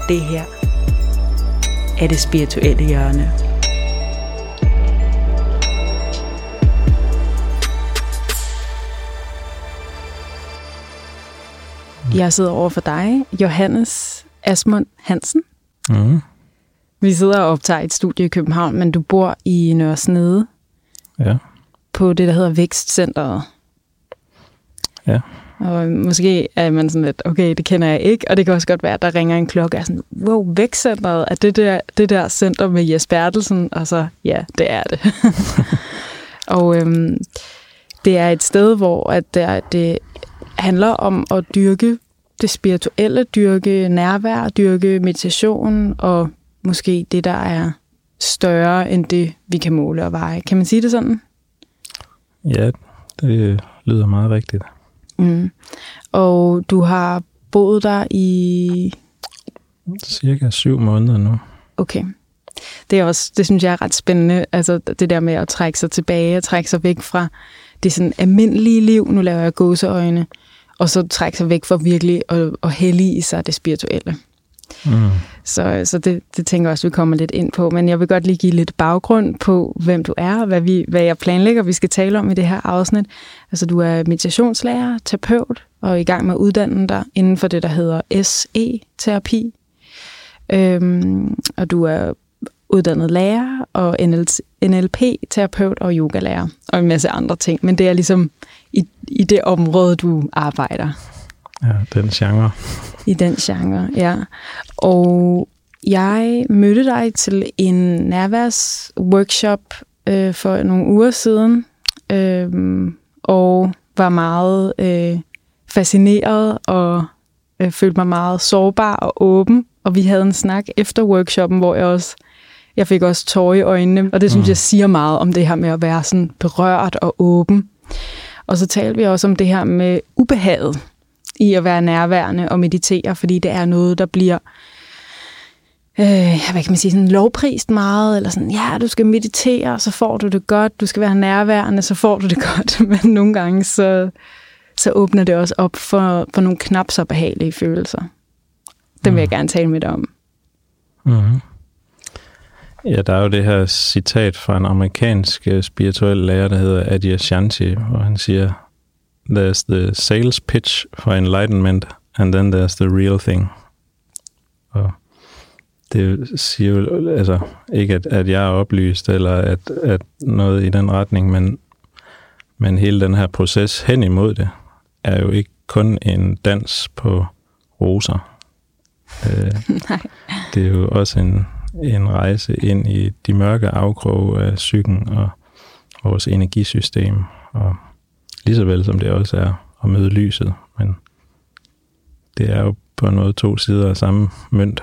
Det her er det spirituelle hjørne. Jeg sidder over for dig, Johannes Asmund Hansen. Mm. Vi sidder og optager et studie i København, men du bor i Nørre Snede. Ja. På det, der hedder Vækstcenteret. Ja. Og måske er man sådan lidt, okay, det kender jeg ikke, og det kan også godt være, at der ringer en klokke, og er sådan, wow, Vækstcenteret, er det der center med Jes Bertelsen? Og så, ja, det er det. Og det er et sted, hvor at det handler om at dyrke det spirituelle, dyrke nærvær, dyrke meditation, og måske det, der er større end det, vi kan måle og veje. Kan man sige det sådan? Ja, det lyder meget rigtigt. Mm. Og du har boet der i... Cirka 7 måneder nu. Okay. Det synes jeg er ret spændende, altså det der med at trække sig tilbage og trække sig væk fra det sådan almindelige liv, nu laver jeg gåseøjne, og så trække sig væk fra virkelig at hellige sig det spirituelle. Mm. Så det tænker jeg også, vi kommer lidt ind på, men jeg vil godt lige give lidt baggrund på, hvem du er, og hvad jeg planlægger, vi skal tale om i det her afsnit. Altså du er meditationslærer, terapeut, og er i gang med at uddanne dig inden for det, der hedder SE-terapi. Og du er uddannet lærer og NLP-terapeut og yogalærer og en masse andre ting. Men det er ligesom i det område, du arbejder. Ja, den genre. I den genre, ja. Og jeg mødte dig til en nærværsworkshop for nogle uger siden, og var meget fascineret og følte mig meget sårbar og åben. Og vi havde en snak efter workshoppen, hvor jeg fik også tårer i øjnene, og det synes jeg siger meget om det her med at være sådan berørt og åben. Og så talte vi også om det her med ubehaget i at være nærværende og meditere, fordi det er noget, der bliver, hvad kan man sige, sådan lovprist meget, eller sådan, ja, du skal meditere, så får du det godt, du skal være nærværende, så får du det godt, men nogle gange, så åbner det også op for nogle knap så behagelige følelser. Den vil jeg gerne tale med dig om. Mm-hmm. Ja, der er jo det her citat fra en amerikansk spirituel lærer, der hedder Adyashanti, hvor han siger, there's the sales pitch for enlightenment, and then there's the real thing. Og det siger jo altså ikke, at jeg er oplyst, eller at noget i den retning, men hele den her proces hen imod det, er jo ikke kun en dans på roser. Nej. Det er jo også en rejse ind i de mørke afkroge af psyken og vores energisystem, og lige så vel som det også er at møde lyset, men det er jo på en måde 2 sider af samme mønt.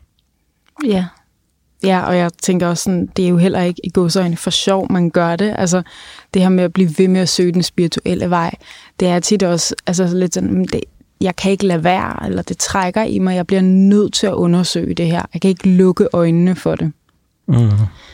Ja, og jeg tænker også sådan, det er jo heller ikke i gåseøjne for sjov, man gør det. Altså det her med at blive ved med at søge den spirituelle vej, det er tit også altså lidt sådan, jeg kan ikke lade være, eller det trækker i mig, jeg bliver nødt til at undersøge det her. Jeg kan ikke lukke øjnene for det. Mm.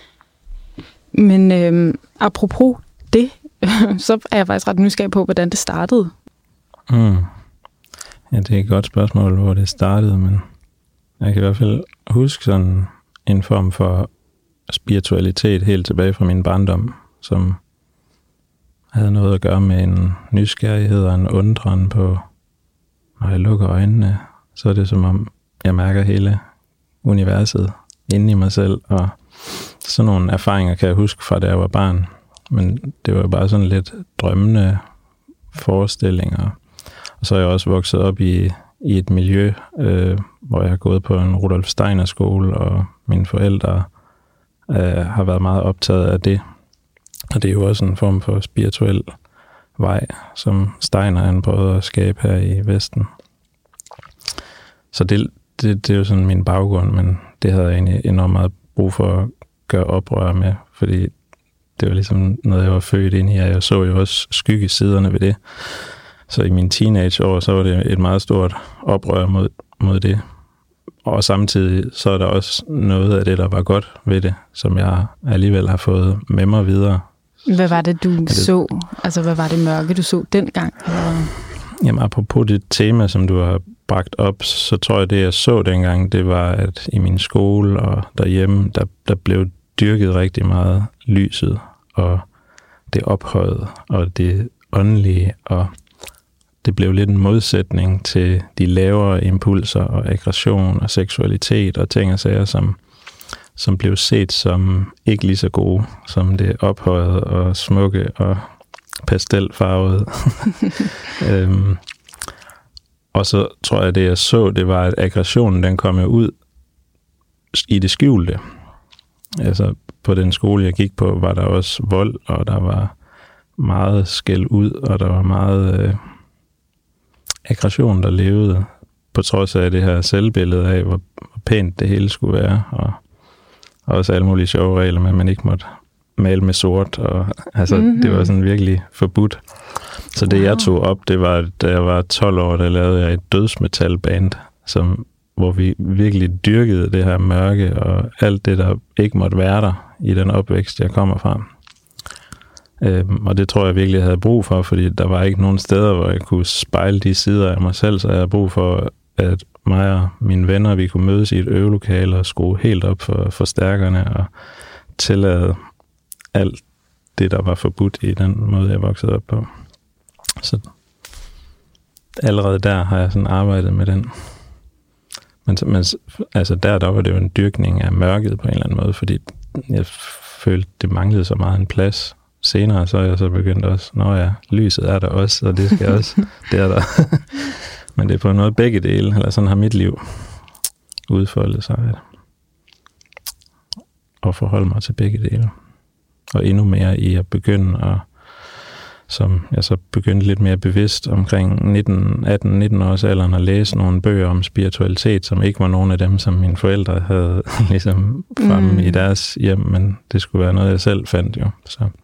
Men apropos det, så er jeg faktisk ret nysgerrig på, hvordan det startede. Mm. Ja, det er et godt spørgsmål, hvor det startede, men jeg kan i hvert fald huske sådan en form for spiritualitet helt tilbage fra min barndom, som havde noget at gøre med en nysgerrighed og en undren på, når jeg lukker øjnene, så er det som om, jeg mærker hele universet inde i mig selv, og sådan nogle erfaringer kan jeg huske fra, da jeg var barn. Men det var bare sådan lidt drømmende forestillinger. Og så er jeg også vokset op i et miljø, hvor jeg har gået på en Rudolf Steiner skole, og mine forældre har været meget optaget af det. Og det er jo også en form for spirituel vej, som Steiner han prøvede at skabe her i Vesten. Så det er jo sådan min baggrund, men det havde jeg egentlig enormt meget brug for at gøre oprør med, fordi det var ligesom noget, jeg var født ind i, og jeg så jo også skyggesiderne ved det. Så i mine teenageår, så var det et meget stort oprør mod det. Og samtidig så er der også noget af det, der var godt ved det, som jeg alligevel har fået med mig videre. Hvad var det, du så? Altså, hvad var det mørke, du så dengang? Eller? Jamen, apropos det tema, som du har bragt op, så tror jeg, det jeg så dengang, det var, at i min skole og derhjemme, der blev dyrket rigtig meget lyset, og det ophøjede, og det åndelige, og det blev lidt en modsætning til de lavere impulser og aggression og seksualitet og ting og sager, som blev set som ikke lige så gode, som det ophøjede og smukke og pastelfarvede. Og så tror jeg, det jeg så, det var, at aggressionen, den kom ud i det skjulte. Altså, på den skole, jeg gik på, var der også vold, og der var meget skæld ud, og der var meget aggression, der levede, på trods af det her selvbillede af, hvor pænt det hele skulle være, og også alle mulige sjove regler med, at man ikke måtte male med sort, og altså, det var sådan virkelig forbudt. Så det, jeg tog op, det var, da jeg var 12 år, der lavede jeg et dødsmetalband, hvor vi virkelig dyrkede det her mørke, og alt det, der ikke måtte være der i den opvækst, jeg kommer fra. Og det tror jeg virkelig, jeg havde brug for, fordi der var ikke nogen steder, hvor jeg kunne spejle de sider af mig selv, så jeg havde brug for, at mig og mine venner, vi kunne mødes i et øvelokale og skrue helt op for forstærkerne og tillade alt det, der var forbudt i den måde, jeg voksede op på. Så allerede der har jeg sådan arbejdet med den. Men altså der var det jo en dyrkning af mørket på en eller anden måde, fordi jeg følte, det manglede så meget en plads. Senere så er jeg så begyndt også, lyset er der også, og det skal også, det er der. Men det er på en måde begge dele, eller sådan har mit liv udfoldet sig at forholde mig til begge dele. Og endnu mere i at begynde som jeg så begyndte lidt mere bevidst omkring 18-19 års alderen at læse nogle bøger om spiritualitet, som ikke var nogen af dem, som mine forældre havde ligesom fremme i deres hjem, men det skulle være noget, jeg selv fandt jo.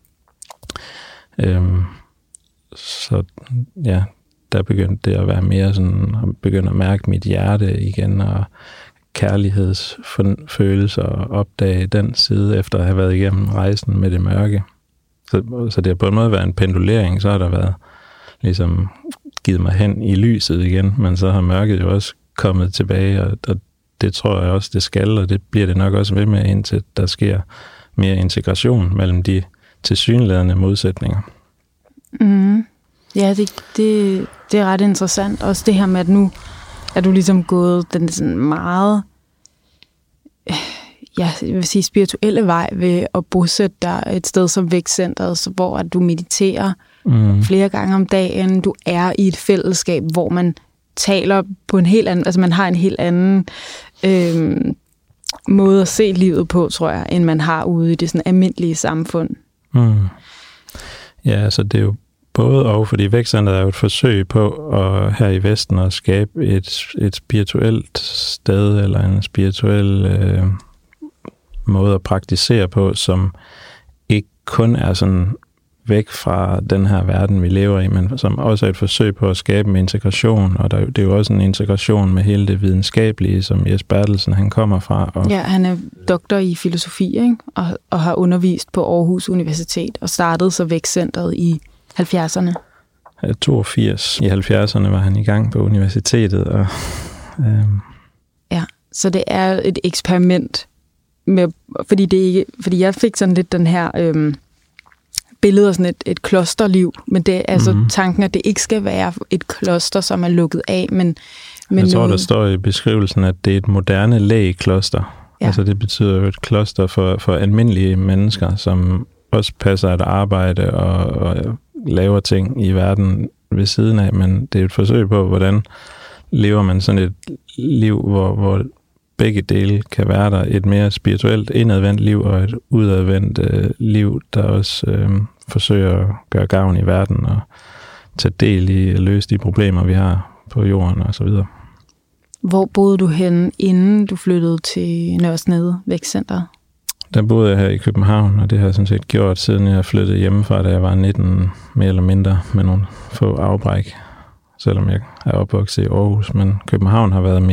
Så ja, der begyndte det at være mere sådan, at begynde at mærke mit hjerte igen, og kærlighedsfølelser, og opdage den side, efter at have været igennem rejsen med det mørke. Så det har på en måde været en pendulering, så har der været ligesom givet mig hen i lyset igen, men så har mørket jo også kommet tilbage, og det tror jeg også, det skal, og det bliver det nok også ved med, indtil der sker mere integration mellem de tilsyneladende modsætninger. Ja, det er ret interessant. Også det her med, at nu er du ligesom gået den sådan meget, jeg vil sige spirituelle vej ved at bosætte dig et sted som Vækstcentret, hvor at du mediterer flere gange om dagen. Du er i et fællesskab, hvor man taler på en helt anden, altså man har en helt anden måde at se livet på, tror jeg, end man har ude i det sådan almindelige samfund. Ja, altså det er jo både og, fordi Vækstcentret er jo et forsøg på her i Vesten at skabe et spirituelt sted, eller en spirituel måde at praktisere på, som ikke kun er sådan væk fra den her verden, vi lever i, men som også er et forsøg på at skabe en integration, og det er jo også en integration med hele det videnskabelige, som Jes Bertelsen, han kommer fra. Ja, han er doktor i filosofi, ikke? Og har undervist på Aarhus Universitet, og startede så Vækstcentret i 70'erne. 82. I 70'erne var han i gang på universitetet. Og, Ja, så det er et eksperiment, fordi jeg fik sådan lidt den her billede af sådan et klosterliv, men det er altså tanken, at det ikke skal være et kloster, som er lukket af, men jeg tror, der står i beskrivelsen, at det er et moderne lægekloster. Ja. Altså det betyder jo et kloster for almindelige mennesker, som også passer et arbejde og laver ting i verden ved siden af, men det er et forsøg på, hvordan lever man sådan et liv, hvor begge dele kan være der. Et mere spirituelt indadvendt liv og et udadvendt liv, der også forsøger at gøre gavn i verden og tage del i at løse de problemer, vi har på jorden og så videre. Hvor boede du henne, inden du flyttede til Nørresnede Vækstcentret? Der boede jeg her i København, og det har jeg sådan set gjort, siden jeg flyttede hjemmefra, da jeg var 19, mere eller mindre, med nogle få afbræk, selvom jeg er opvokset i Aarhus. Men København har været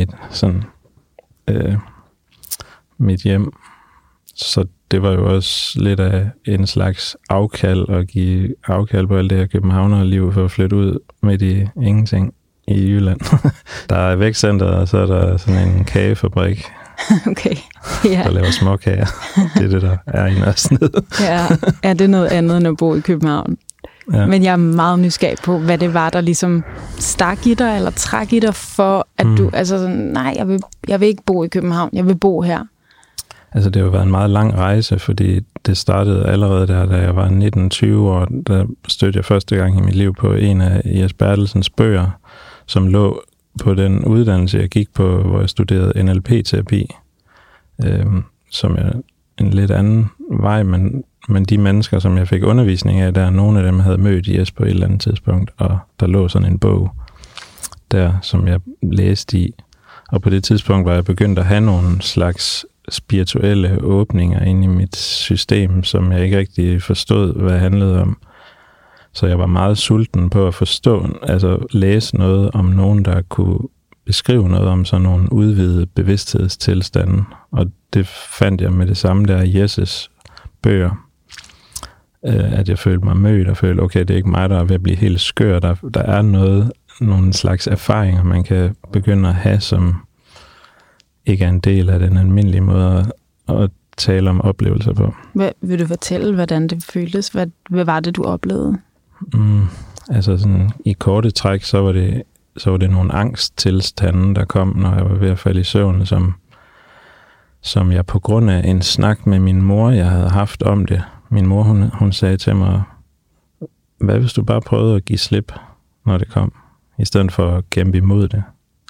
mit hjem, så det var jo også lidt af en slags afkald, at give afkald på alt det her københavnerliv for at flytte ud midt i ingenting. i Jylland. Der er vækstcenteret, og så er der sådan en kagefabrik, Okay, ja. der laver småkager. Det er det, der er i Nørresned. Ja, det er noget andet end at bo i København. Ja. Men jeg er meget nysgerrig på, hvad det var, der ligesom stak i dig, eller træk i dig for, at du, altså sådan, nej, jeg vil ikke bo i København, jeg vil bo her. Altså, det har jo været en meget lang rejse, fordi det startede allerede der, da jeg var 19-20 år. Der stødte jeg første gang i mit liv på en af Jes Bertelsens bøger, som lå på den uddannelse, jeg gik på, hvor jeg studerede NLP-terapi, som er en lidt anden vej, men de mennesker, som jeg fik undervisning af, der nogle af dem havde mødt Jes på et eller andet tidspunkt, og der lå sådan en bog der, som jeg læste i. Og på det tidspunkt var jeg begyndt at have nogle slags spirituelle åbninger inde i mit system, som jeg ikke rigtig forstod, hvad det handlede om. Så jeg var meget sulten på at forstå, altså læse noget om nogen, der kunne beskrive noget om sådan nogle udvidede bevidsthedstilstande. Og det fandt jeg med det samme der i Jesses bøger, at jeg følte mig mødt og følte, okay, det er ikke mig, der er ved at blive helt skør. Der er nogle slags erfaringer, man kan begynde at have, som ikke er en del af den almindelige måde at tale om oplevelser på. Vil du fortælle, hvordan det føltes? Hvad var det, du oplevede? Altså sådan, i korte træk, så var det nogle angsttilstande, der kom, når jeg var ved at falde i søvn, som jeg på grund af en snak med min mor, jeg havde haft om det. Min mor, hun sagde til mig, hvad hvis du bare prøvede at give slip, når det kom, i stedet for at kæmpe imod det.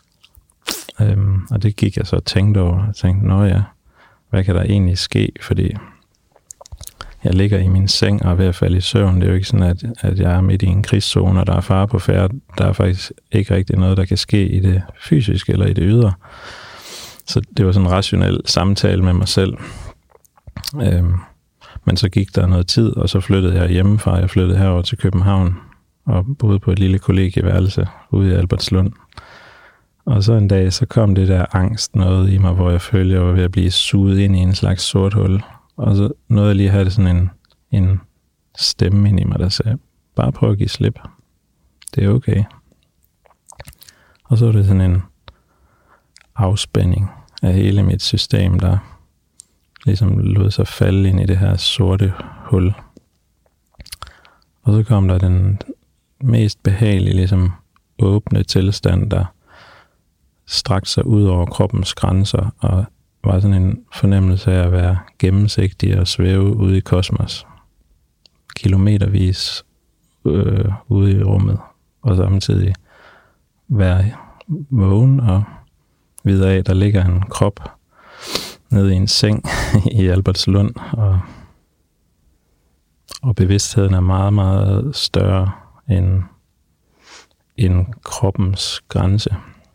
Og det gik jeg så og tænkte over. Jeg tænkte, nå ja, hvad kan der egentlig ske? Fordi jeg ligger i min seng og er ved at falde i søvn. Det er jo ikke sådan, at jeg er midt i en krigszone, og der er fare på færd. Der er faktisk ikke rigtig noget, der kan ske i det fysiske eller i det ydre. Så det var sådan en rationel samtale med mig selv. Men så gik der noget tid, og så flyttede jeg hjemmefra. Jeg flyttede herover til København og boede på et lille kollegieværelse ude i Albertslund. Og så en dag, så kom det der angst noget i mig, hvor jeg følte, jeg var ved at blive suget ind i en slags sort hul. Og så nåede jeg lige at have det sådan en stemme ind i mig, der sagde, bare prøv at give slip. Det er okay. Og så var det sådan en afspænding af hele mit system, der ligesom lod sig falde ind i det her sorte hul. Og så kom der den mest behagelige, ligesom åbne tilstand, der strakte sig ud over kroppens grænser, og var sådan en fornemmelse af at være gennemsigtig og svæve ude i kosmos. Kilometervis ude i rummet, og samtidig være vågen og vide af, der ligger en krop nede i en seng i Albertslund, og bevidstheden er meget, meget større end kroppens grænse.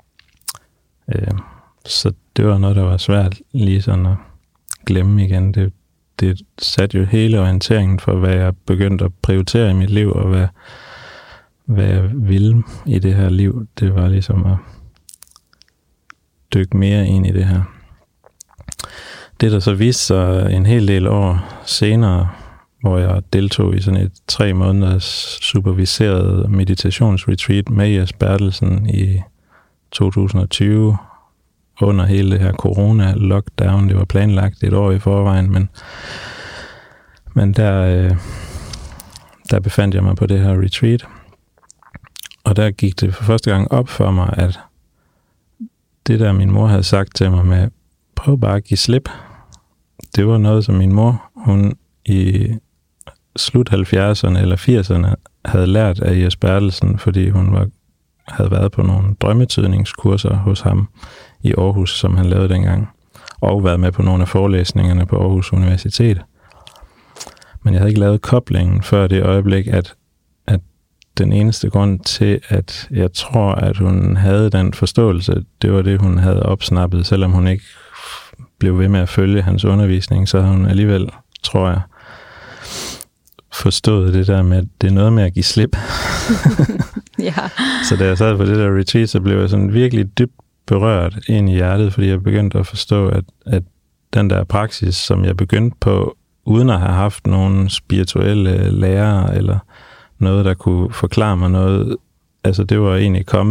Så det var noget, der var svært lige sådan at glemme igen. Det satte jo hele orienteringen for, hvad jeg begyndte at prioritere i mit liv, og hvad jeg ville i det her liv. Det var ligesom at dykke mere ind i det her. Det, der så viste sig en hel del år senere, hvor jeg deltog i sådan et 3 måneders superviseret meditationsretreat med Jes Bertelsen i 2020, under hele det her corona-lockdown. Det var planlagt et år i forvejen, men der befandt jeg mig på det her retreat. Og der gik det for første gang op for mig, at det der min mor havde sagt til mig med, prøv bare at give slip, det var noget, som min mor, hun i slut 70'erne eller 80'erne havde lært af Jes Bertelsen, fordi hun havde været på nogle drømmetydningskurser hos ham i Aarhus, som han lavede dengang, og været med på nogle af forelæsningerne på Aarhus Universitet. Men jeg havde ikke lavet koblingen før det øjeblik, at den eneste grund til, at jeg tror, at hun havde den forståelse, det var det, hun havde opsnappet, selvom hun ikke blev ved med at følge hans undervisning, så havde hun alligevel, tror jeg, forstået det der med, at det er noget med at give slip. Ja. Så da jeg sad på det der retreat, så blev jeg sådan virkelig dybt berørt ind i hjertet, fordi jeg begyndte at forstå, at den der praksis, som jeg begyndte på, uden at have haft nogle spirituelle lærere, eller noget, der kunne forklare mig noget, altså det var egentlig kommet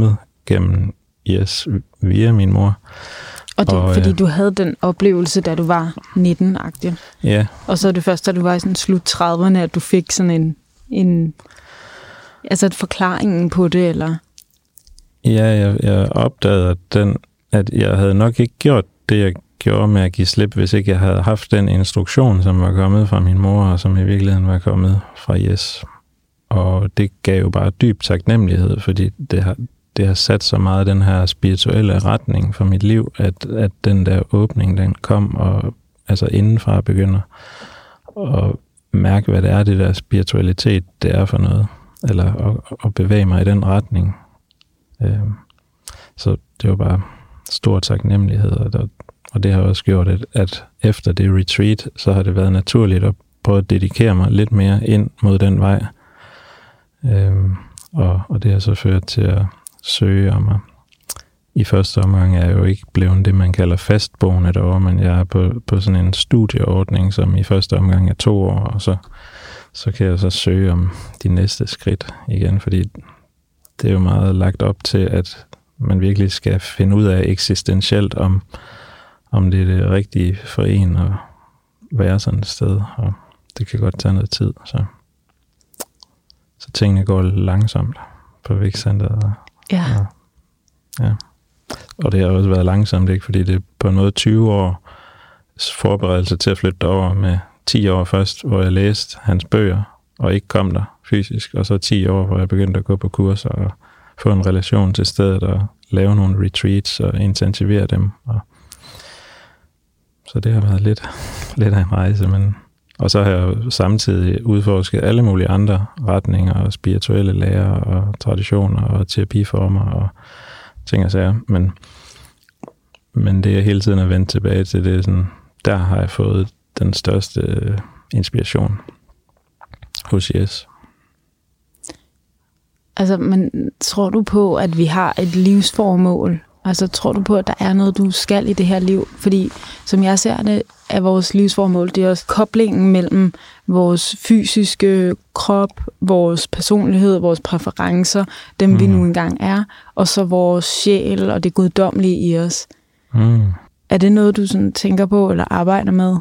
gennem Yes via min mor. Og det fordi du havde den oplevelse, da du var 19-agtig. Ja. Og så er det først, da du var i sådan slut 30'erne, at du fik sådan en altså et forklaringen på det, eller? Ja, jeg opdagede, at jeg havde nok ikke gjort det, jeg gjorde med at give slip, hvis ikke jeg havde haft den instruktion, som var kommet fra min mor, og som i virkeligheden var kommet fra Yes. Og det gav jo bare dyb taknemmelighed, fordi det har sat så meget den her spirituelle retning for mit liv, at den der åbning, den kom, og altså indenfra begynder at mærke, hvad det er, det der spiritualitet, det er for noget, eller at bevæge mig i den retning. Så det var bare stor taknemmelighed, og det har også gjort, at efter det retreat, så har det været naturligt at prøve at dedikere mig lidt mere ind mod den vej. Og det har så ført til at søge om, i første omgang er jeg jo ikke blevet det, man kalder fastboende derovre, men jeg er på sådan en studieordning, som i første omgang er 2 år, og så kan jeg så søge om de næste skridt igen, fordi det er jo meget lagt op til, at man virkelig skal finde ud af eksistentielt, om det er det rigtige for en at være sådan et sted, og det kan godt tage noget tid, så tingene går langsomt på vækstcenteret. Ja. Ja. Og det har også været langsomt, ikke? Fordi det er på en måde 20 år forberedelse til at flytte derover, med 10 år først, hvor jeg læste hans bøger, og ikke kom der fysisk, og så 10 år, hvor jeg begyndte at gå på kurser, og få en relation til stedet, og lave nogle retreats, og intensivere dem. Så det har været lidt af en rejse, men... Og så har jeg samtidig udforsket alle mulige andre retninger, og spirituelle lærer, og traditioner, og terapiformer, og ting og sager. Men det er hele tiden at vende tilbage til det, sådan, der har jeg fået den største inspiration hos Yes. Altså, men tror du på, at vi har et livsformål? Altså, tror du på, at der er noget, du skal i det her liv? Fordi, som jeg ser det, er vores livsformål, det er også koblingen mellem vores fysiske krop, vores personlighed, vores præferencer, dem vi nu engang er, og så vores sjæl og det guddommelige i os. Er det noget, du sådan tænker på eller arbejder med?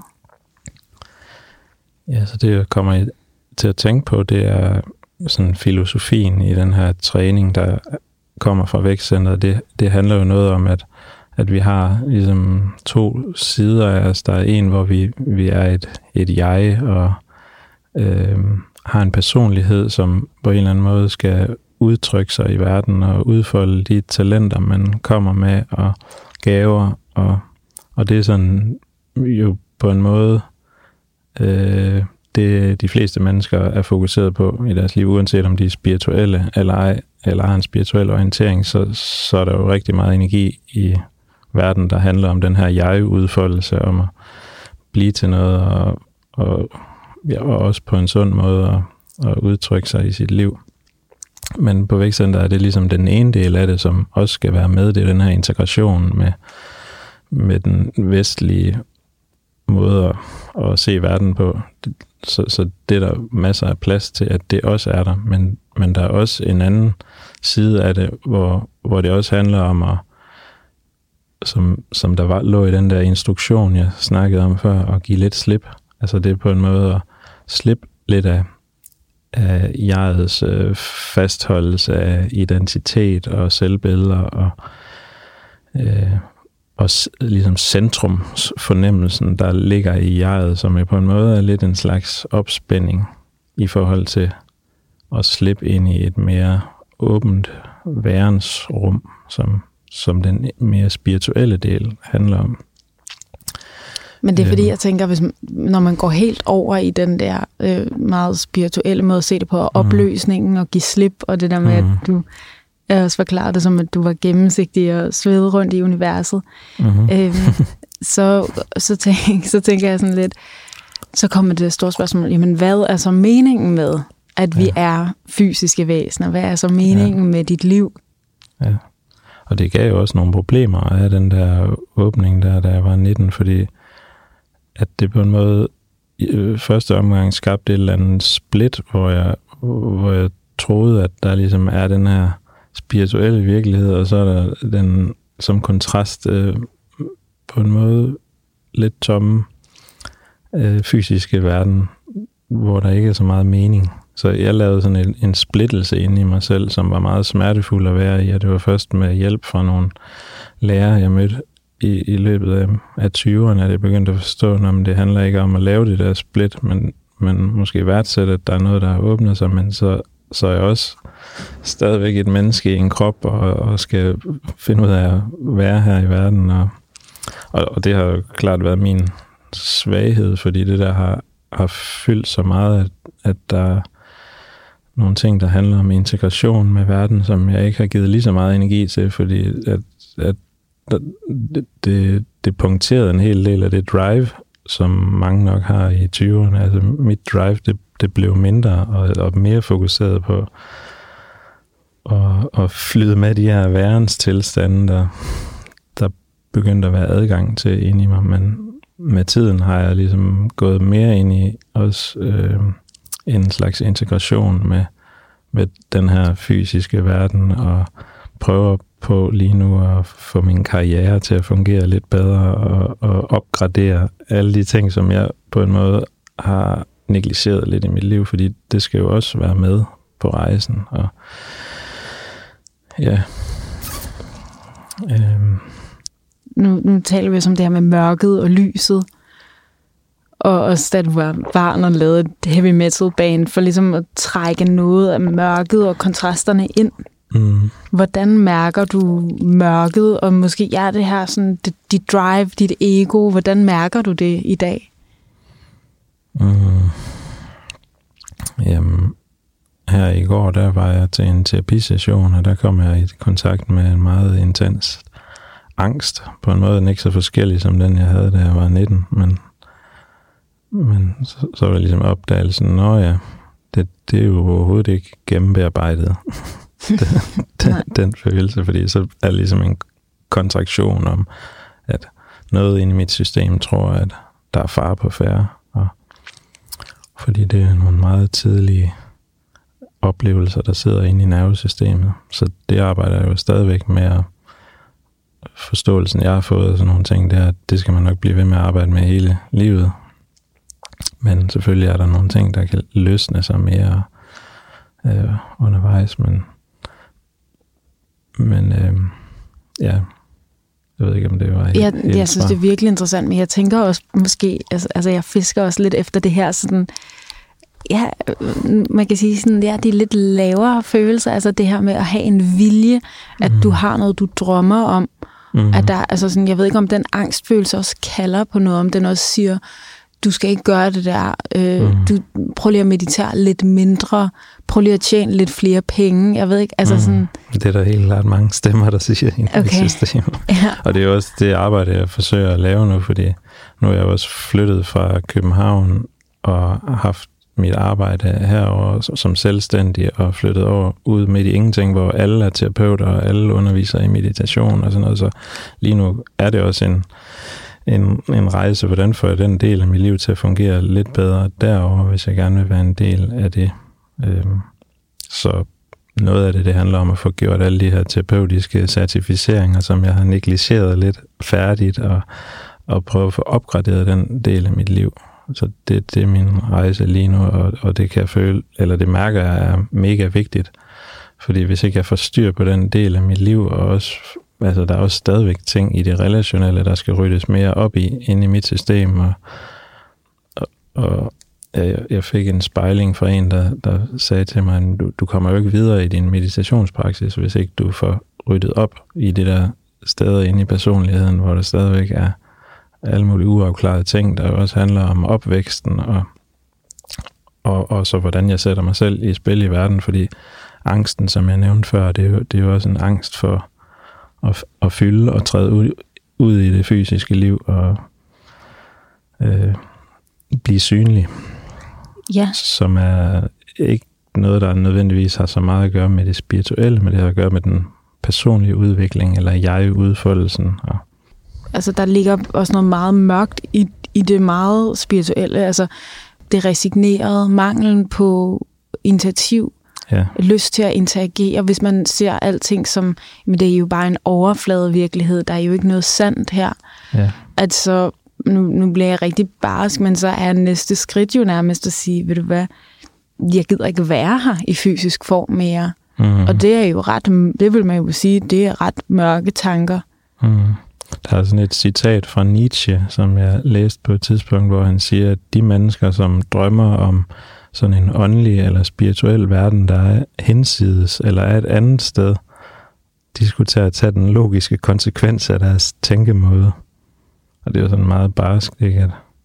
Ja, så det, jeg kommer til at tænke på, det er sådan filosofien i den her træning, der kommer fra vækstcenteret. Det handler jo noget om, at vi har ligesom 2 sider af os. Der er en, hvor vi er et jeg, og har en personlighed, som på en eller anden måde skal udtrykke sig i verden, og udfolde de talenter, man kommer med, og gaver, og det er sådan jo på en måde det de fleste mennesker er fokuseret på i deres liv, uanset om de er spirituelle eller ej, eller har en spirituel orientering, så er der jo rigtig meget energi i verden, der handler om den her jeg-udfoldelse, om at blive til noget, og også på en sund måde at udtrykke sig i sit liv. Men på vækstcenteret er det ligesom den ene del af det, som også skal være med, det er den her integration med den vestlige måde at se verden på. Så det er der masser af plads til, at det også er der, men der er også en anden side af det, hvor det også handler om at, som der lå i den der instruktion, jeg snakkede om før, at give lidt slip. Altså det er på en måde at slippe lidt af jegets fastholdelse af identitet og selvbilleder, og ligesom centrumsfornemmelsen, der ligger i jeget, som er på en måde er lidt en slags opspænding i forhold til at slippe ind i et mere åbent værensrum, som den mere spirituelle del handler om. Men det er fordi, jeg tænker, når man går helt over i den der meget spirituelle måde at se det på, opløsningen og give slip, og det der med, at du også forklarede det som, at du var gennemsigtig og svede rundt i universet, så tænker jeg sådan lidt, så kommer det store spørgsmål, jamen hvad er så meningen med, at vi er fysiske væsener? Hvad er så meningen med dit liv? Ja, og det gav jo også nogle problemer af den der åbning da jeg var 19, fordi at det på en måde i første omgang skabte et eller andet split, hvor jeg troede, at der ligesom er den her spirituelle virkelighed, og så er der den som kontrast på en måde lidt tomme fysiske verden, hvor der ikke er så meget mening. Så jeg lavede sådan en splittelse inde i mig selv, som var meget smertefuld at være i, og det var først med hjælp fra nogle lærere, jeg mødte i løbet af 20'erne, at jeg begyndte at forstå, at det handler ikke om at lave det der split, men måske værdsætte, at der er noget, der har åbnet sig, men så er jeg også stadigvæk et menneske i en krop, og skal finde ud af at være her i verden, og det har jo klart været min svaghed, fordi det der har fyldt så meget, at der er nogle ting, der handler om integration med verden, som jeg ikke har givet lige så meget energi til, fordi at det punkterede en hel del af det drive, som mange nok har i 20'erne. Altså mit drive, det blev mindre og mere fokuseret på at flyde med de her værenstilstande, der begyndte at være adgang til ind i mig, men med tiden har jeg ligesom gået mere ind i også en slags integration med den her fysiske verden, og prøver på lige nu at få min karriere til at fungere lidt bedre, og opgradere alle de ting, som jeg på en måde har negligeret lidt i mit liv, fordi det skal jo også være med på rejsen. Og ja. Nu taler vi om det her med mørket og lyset, og også da du var barn og lavede et heavy metal band, for ligesom at trække noget af mørket og kontrasterne ind. Mm. Hvordan mærker du mørket, og måske det her sådan, dit drive, dit ego, hvordan mærker du det i dag? Jamen, her i går, der var jeg til en terapisession, og der kom jeg i kontakt med en meget intens angst, på en måde den ikke så forskellig som den, jeg havde, da jeg var 19, men så var det ligesom opdagelsen, det er jo overhovedet ikke gennembearbejdet, den følelse, fordi så er det ligesom en kontraktion om, at noget inde i mit system tror, at der er fare på færde, og fordi det er nogle meget tidlige oplevelser, der sidder inde i nervesystemet, så det arbejder jeg jo stadigvæk med, at forståelsen, jeg har fået af sådan nogle ting, det er, at det skal man nok blive ved med at arbejde med hele livet. Men selvfølgelig er der nogle ting, der kan løsne sig mere undervejs, men ja, jeg ved ikke, om det var helt jeg synes, det er virkelig interessant, men jeg tænker også måske, altså jeg fisker også lidt efter det her sådan, ja, man kan sige sådan, ja, det er lidt lavere følelser, altså det her med at have en vilje, at du har noget, du drømmer om, at der, altså sådan, jeg ved ikke, om den angstfølelse også kalder på noget, om den også siger, du skal ikke gøre det der, du prøv lige at meditere lidt mindre, prøv lige at tjene lidt flere penge, jeg ved ikke, altså sådan. Det er der helt klart mange stemmer, der siger i systemet. Ja. Og det er også det arbejde, jeg forsøger at lave nu, fordi nu er jeg også flyttet fra København og har haft mit arbejde herover som selvstændig og flyttet over ud midt i ingenting, hvor alle er terapeuter og alle underviser i meditation og sådan noget, så lige nu er det også en rejse, hvordan får jeg den del af mit liv til at fungere lidt bedre derover, hvis jeg gerne vil være en del af det. Så noget af det handler om at få gjort alle de her terapeutiske certificeringer, som jeg har negligeret lidt færdigt, og prøve at få opgraderet den del af mit liv. Så det er min rejse lige nu, og det kan jeg føle, eller det mærker jeg er mega vigtigt. Fordi hvis ikke jeg får styr på den del af mit liv, og også, altså der er også stadigvæk ting i det relationelle, der skal ryddes mere op inde i mit system, og jeg fik en spejling fra en, der sagde til mig, at du kommer jo ikke videre i din meditationspraksis, hvis ikke du får ryddet op i det der steder inde i personligheden, hvor der stadigvæk er alle mulige uafklarede ting, der også handler om opvæksten, og så hvordan jeg sætter mig selv i spil i verden, fordi angsten, som jeg nævnte før, det er jo også en angst for at fylde og træde ud i det fysiske liv og blive synlig. Ja. Som er ikke noget, der nødvendigvis har så meget at gøre med det spirituelle, men det har at gøre med den personlige udvikling, eller jeg-udfoldelsen. Altså, der ligger også noget meget mørkt i det meget spirituelle, altså det resignerede, manglen på initiativ. lyst til at interagere. Hvis man ser alting som, men det er jo bare en overflade virkelighed, der er jo ikke noget sandt her. Ja. Altså, nu bliver jeg rigtig barsk, men så er næste skridt jo nærmest at sige, ved du hvad, jeg gider ikke være her i fysisk form mere. Og det er jo det vil man jo sige, det er ret mørke tanker. Der er sådan et citat fra Nietzsche, som jeg læste på et tidspunkt, hvor han siger, at de mennesker, som drømmer om sådan en åndelig eller spirituel verden, der er hinsides eller er et andet sted, de skulle tage den logiske konsekvens af deres tænkemåde. Og det er jo sådan meget barsk, ikke?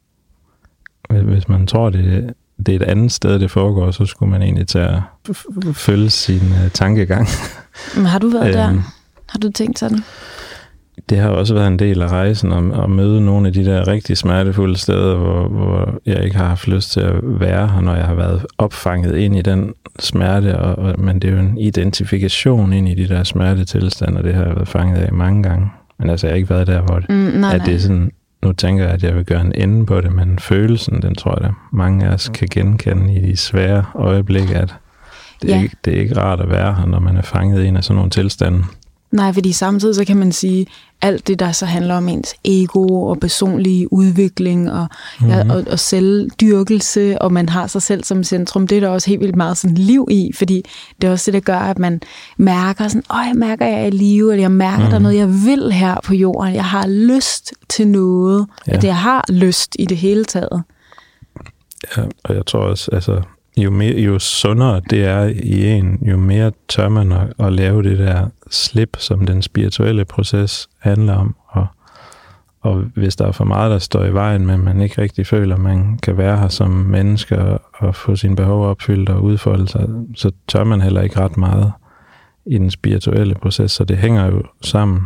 At hvis man tror, det er et andet sted, det foregår, så skulle man egentlig tage at følge sin tankegang. Men har du været der? Har du tænkt sådan? Det har også været en del af rejsen at møde nogle af de der rigtig smertefulde steder, hvor jeg ikke har haft lyst til at være her, når jeg har været opfanget ind i den smerte. Men det er jo en identifikation ind i de der smertetilstande, og det har jeg været fanget af mange gange. Men altså, jeg har ikke været der, hvor det er sådan, nu tænker jeg, at jeg vil gøre en ende på det, men følelsen, den tror jeg, mange af os kan genkende i de svære øjeblikke, at det er ikke rart at være her, når man er fanget ind af sådan nogle tilstande. Nej, fordi samtidig så kan man sige, alt det, der så handler om ens ego og personlig udvikling og selvdyrkelse, og man har sig selv som centrum, det er der også helt vildt meget sådan liv i, fordi det er også det, der gør, at man mærker sådan, jeg mærker, jeg er i live, eller jeg mærker, der er noget, jeg vil her på jorden, jeg har lyst til noget, at jeg har lyst i det hele taget. Ja, og jeg tror også, altså, jo sundere det er i en, jo mere tør man at lave det der slip, som den spirituelle proces handler om. Og hvis der er for meget, der står i vejen, men man ikke rigtig føler, at man kan være her som menneske og få sine behov opfyldt og udfolde sig, så tør man heller ikke ret meget i den spirituelle proces, så det hænger jo sammen.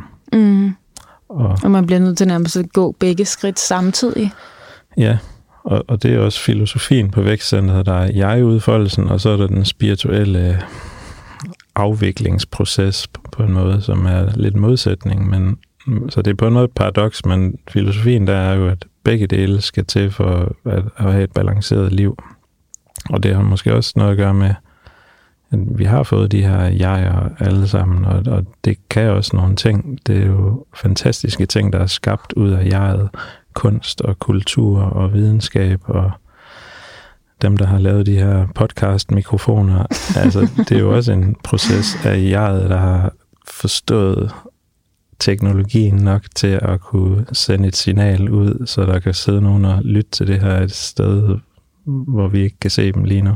Og man bliver nødt til nærmest at gå begge skridt samtidig. Ja. Og det er også filosofien på vækstcentret, der er jeg-udfoldelsen, og så er der den spirituelle afviklingsproces på en måde, som er lidt modsætning. Så det er på en måde et paradoks, men filosofien der er jo, at begge dele skal til for at have et balanceret liv. Og det har måske også noget at gøre med, at vi har fået de her jeger alle sammen, og det kan også nogle ting. Det er jo fantastiske ting, der er skabt ud af jeget. Kunst og kultur og videnskab og dem, der har lavet de her podcast-mikrofoner. Altså, det er jo også en proces af jeget, der har forstået teknologien nok til at kunne sende et signal ud, så der kan sidde nogen og lytte til det her et sted, hvor vi ikke kan se dem lige nu.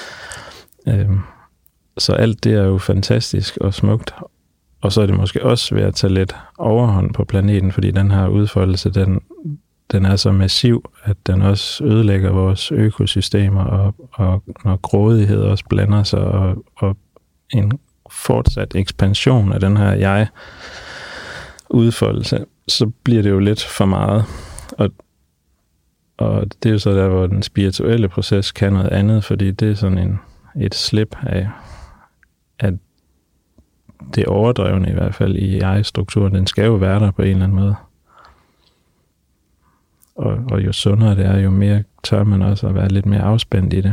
Så alt det er jo fantastisk og smukt. Og så er det måske også ved at tage lidt overhånd på planeten, fordi den her udfoldelse, den er så massiv, at den også ødelægger vores økosystemer, og når grådighed også blander sig, og en fortsat ekspansion af den her jeg-udfoldelse, så bliver det jo lidt for meget. Og det er jo så der, hvor den spirituelle proces kan noget andet, fordi det er sådan et slip af, at det overdrevne i hvert fald i jeg-strukturen, den skal jo være der på en eller anden måde. Og jo sundere det er, jo mere tør man også at være lidt mere afspændt i det.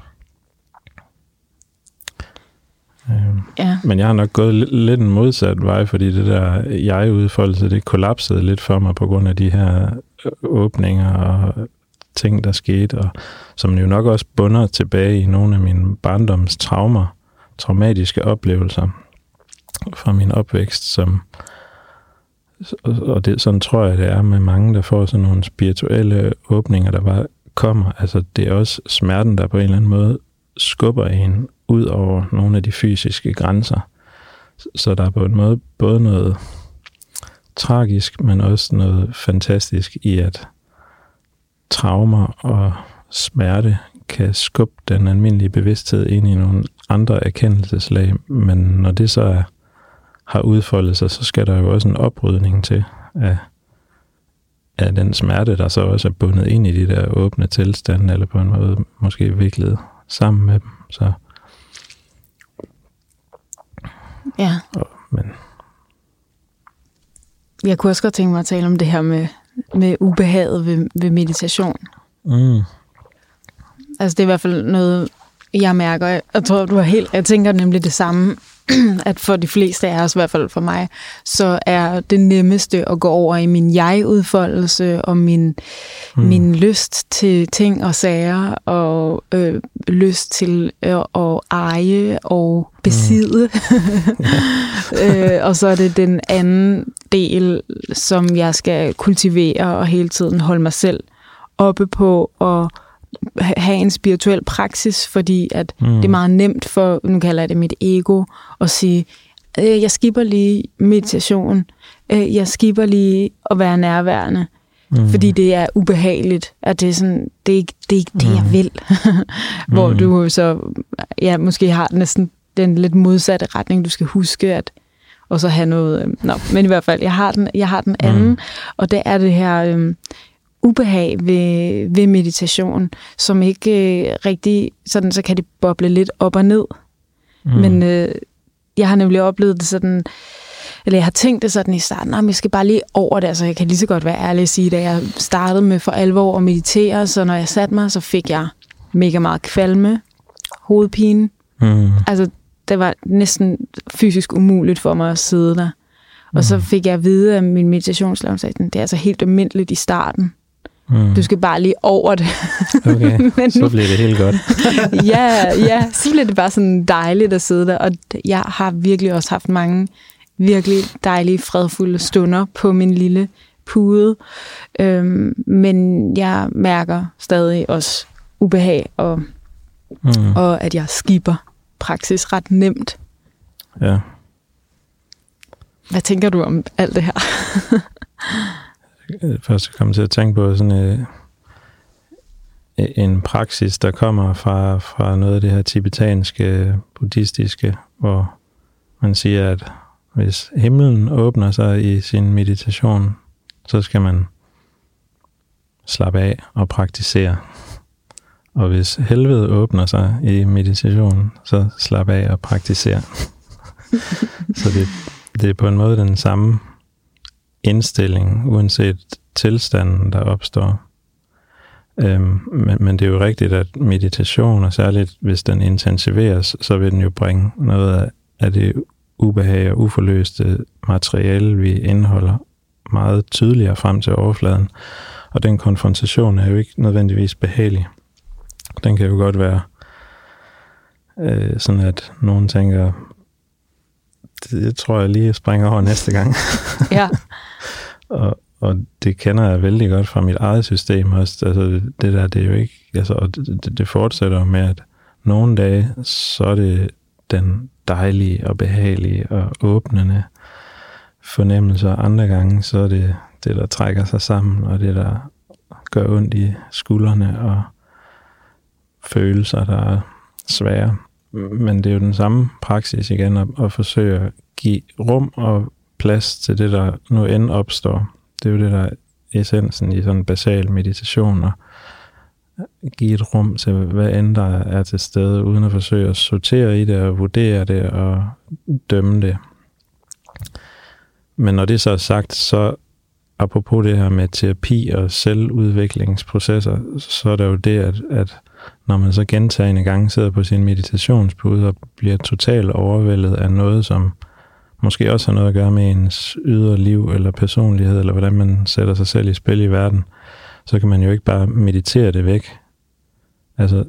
Men jeg har nok gået lidt en modsat vej, fordi det der jeg-udfoldelse, det kollapsede lidt for mig på grund af de her åbninger og ting, der skete, og som jo nok også bunder tilbage i nogle af mine barndoms traumatiske oplevelser fra min opvækst, og det, sådan tror jeg, det er med mange, der får sådan nogle spirituelle åbninger, der bare kommer. Altså, det er også smerten, der på en eller anden måde skubber en ud over nogle af de fysiske grænser. Så der er på en måde både noget tragisk, men også noget fantastisk i, at traumer og smerte kan skubbe den almindelige bevidsthed ind i nogle andre erkendelseslag, men når det så har udfoldet sig, så skal der jo også en oprydning til af den smerte, der så også er bundet ind i de der åbne tilstande, eller på en måde måske viklet sammen med dem. Så. Ja. Men. Jeg kunne også godt tænke mig at tale om det her med ubehaget ved meditation. Altså det er i hvert fald noget, Jeg mærker, jeg tror, du har helt... Jeg tænker nemlig det samme, at for de fleste af os, i hvert fald for mig, så er det nemmeste at gå over i min jeg-udfoldelse og min lyst til ting og sager og lyst til at eje og besidde. Og så er det den anden del, som jeg skal kultivere og hele tiden holde mig selv oppe på og have en spirituel praksis, fordi at det er meget nemt for, nu kalder jeg det mit ego, at sige, jeg skipper lige meditation, jeg skipper lige at være nærværende, fordi det er ubehageligt, at det er sådan, det er ikke det, jeg vil. Hvor du så, måske har næsten den lidt modsatte retning, du skal huske, at og så have noget, men i hvert fald, jeg har den anden, og det er det her ubehag ved meditation, som ikke rigtig, sådan så kan det boble lidt op og ned. Men jeg har nemlig oplevet det sådan, eller jeg har tænkt det sådan i starten, jeg skal bare lige over det, altså jeg kan lige så godt være ærlig at sige, da jeg startede med for alvor at meditere, så når jeg satte mig, så fik jeg mega meget kvalme, hovedpine. Altså det var næsten fysisk umuligt for mig at sidde der. Og så fik jeg at vide af min meditationslærer, det er altså helt almindeligt i starten. Du skal bare lige over det. Okay, så bliver det helt godt. ja, så bliver det bare sådan dejligt at sidde der. Og jeg har virkelig også haft mange virkelig dejlige, fredfulde stunder på min lille pude. Men jeg mærker stadig også ubehag, og at jeg skipper praksis ret nemt. Ja. Hvad tænker du om alt det her? Først kom til at tænke på sådan en praksis, der kommer fra noget af det her tibetanske, buddhistiske, hvor man siger, at hvis himlen åbner sig i sin meditation, så skal man slappe af og praktisere. Og hvis helvede åbner sig i meditation, så slap af og praktisere. Så det er på en måde den samme indstilling, uanset tilstanden, der opstår. Men det er jo rigtigt, at meditation, og særligt hvis den intensiveres, så vil den jo bringe noget af det ubehag og uforløste materiale, vi indeholder, meget tydeligere frem til overfladen. Og den konfrontation er jo ikke nødvendigvis behagelig. Den kan jo godt være sådan, at nogen tænker, det tror jeg lige springer over næste gang. Ja. og det kender jeg vældig godt fra mit eget system også. Altså det der, det er jo ikke, altså, og det fortsætter med, at nogle dage, så er det den dejlige og behagelige og åbnende fornemmelse, og andre gange, så er det det, der trækker sig sammen, og det, der gør ondt i skuldrene, og følelser, der er svære. Men det er jo den samme praksis igen, at forsøge at give rum og plads til det, der nu end opstår. Det er jo det, der er essensen i sådan en basal meditation, og give et rum til, hvad end der er til stede, uden at forsøge at sortere i det, og vurdere det, og dømme det. Men når det så er sagt, så apropos det her med terapi og selvudviklingsprocesser, så er der jo det, at når man så gentagne gange sidder på sin meditationspude og bliver totalt overvældet af noget, som måske også har noget at gøre med ens ydre liv eller personlighed, eller hvordan man sætter sig selv i spil i verden, så kan man jo ikke bare meditere det væk. Altså,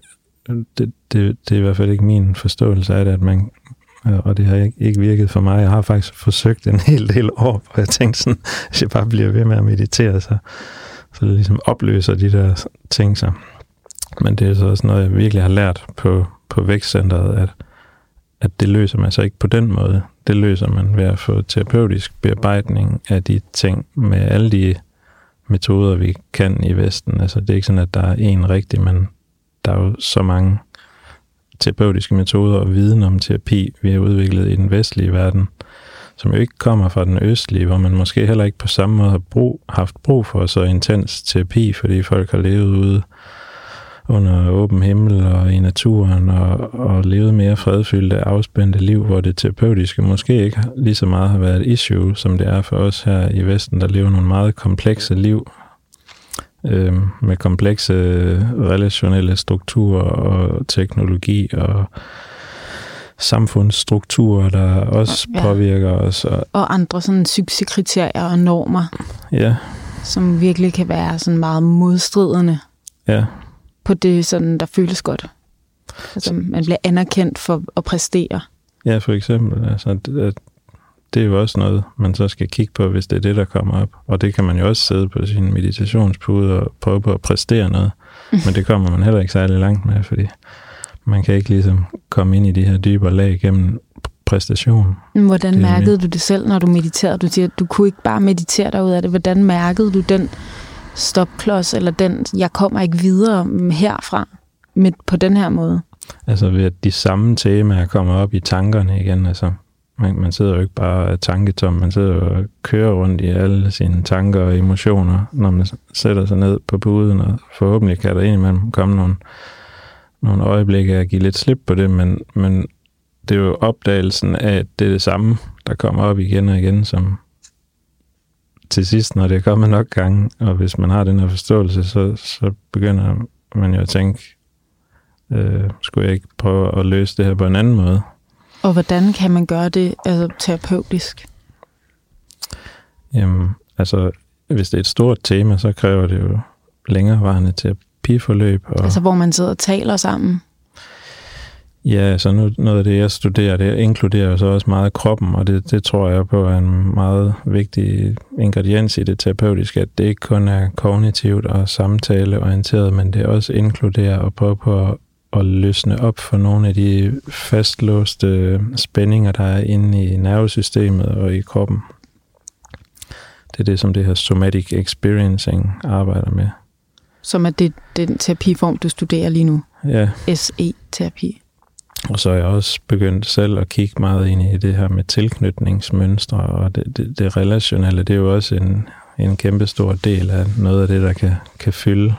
det er i hvert fald ikke min forståelse af det, at man, og det har ikke virket for mig. Jeg har faktisk forsøgt en hel del år, hvor jeg tænkte sådan, hvis jeg bare bliver ved med at meditere, så det ligesom opløser de der ting sig. Men det er så også noget, jeg virkelig har lært på vækstcentret, at det løser man så ikke på den måde. Det løser man ved at få terapeutisk bearbejdning af de ting med alle de metoder, vi kan i Vesten. Altså det er ikke sådan, at der er en rigtig, men der er jo så mange terapeutiske metoder og viden om terapi, vi har udviklet i den vestlige verden, som jo ikke kommer fra den østlige, hvor man måske heller ikke på samme måde har haft brug for så intens terapi, fordi folk har levet ude under åben himmel og i naturen og levet mere fredfyldte, afspændte liv, hvor det terapeutiske måske ikke lige så meget har været et issue, som det er for os her i Vesten, der lever nogle meget komplekse liv med komplekse relationelle strukturer og teknologi og samfundsstrukturer, der også påvirker os. Og andre sådan succeskriterier og normer, som virkelig kan være sådan meget modstridende på det, sådan, der føles godt. Altså, man bliver anerkendt for at præstere. Ja, for eksempel. Altså, det er jo også noget, man så skal kigge på, hvis det er det, der kommer op. Og det kan man jo også sidde på sin meditationspude og prøve på at præstere noget. Men det kommer man heller ikke særlig langt med, fordi man kan ikke ligesom komme ind i de her dybere lag gennem præstation. Hvordan mærkede du det selv, når du mediterede? Du siger, at du kunne ikke bare meditere dig ud af det. Hvordan mærkede du den stopklods, eller den, jeg kommer ikke videre herfra på den her måde? Altså ved at de samme temaer kommer op i tankerne igen. Altså, man sidder jo ikke bare tanketom, man sidder jo og kører rundt i alle sine tanker og emotioner, når man sætter sig ned på puden, og forhåbentlig kan der indimellem komme nogle øjeblikke at give lidt slip på det, men det er jo opdagelsen af, at det er det samme, der kommer op igen og igen, som til sidst, når det er kommet nok gange, og hvis man har den her forståelse, så begynder man jo at tænke, skulle jeg ikke prøve at løse det her på en anden måde? Og hvordan kan man gøre det terapeutisk? Jamen, altså, hvis det er et stort tema, så kræver det jo længerevarende terapiforløb. Altså, hvor man sidder og taler sammen? Ja, så noget af det, jeg studerer, det inkluderer jo så også meget kroppen, og det tror jeg på er en meget vigtig ingrediens i det terapeutiske, at det ikke kun er kognitivt og samtaleorienteret, men det også inkluderer at prøve på at løsne op for nogle af de fastlåste spændinger, der er inde i nervesystemet og i kroppen. Det er det, som det her somatic experiencing arbejder med. Som er det den terapiform, du studerer lige nu? Ja. SE-terapi. Og så er jeg også begyndt selv at kigge meget ind i det her med tilknytningsmønstre, og det relationelle, det er jo også en kæmpe stor del af noget af det, der kan fylde.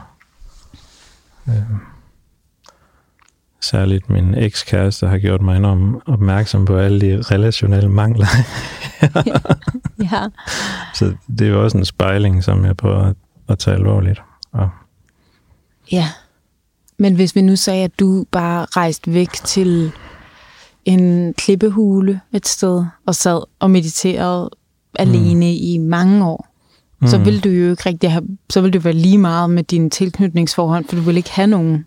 Særligt min ekskæreste har gjort mig enormt opmærksom på alle de relationelle mangler. Ja. Så det er jo også en spejling, som jeg prøver at tage alvorligt. Ja. Men hvis vi nu sagde, at du bare rejste væk til en klippehule et sted, og sad og mediterede alene i mange år, så ville du jo ikke rigtig så ville det være lige meget med dine tilknytningsforhold, for du ville ikke have nogen.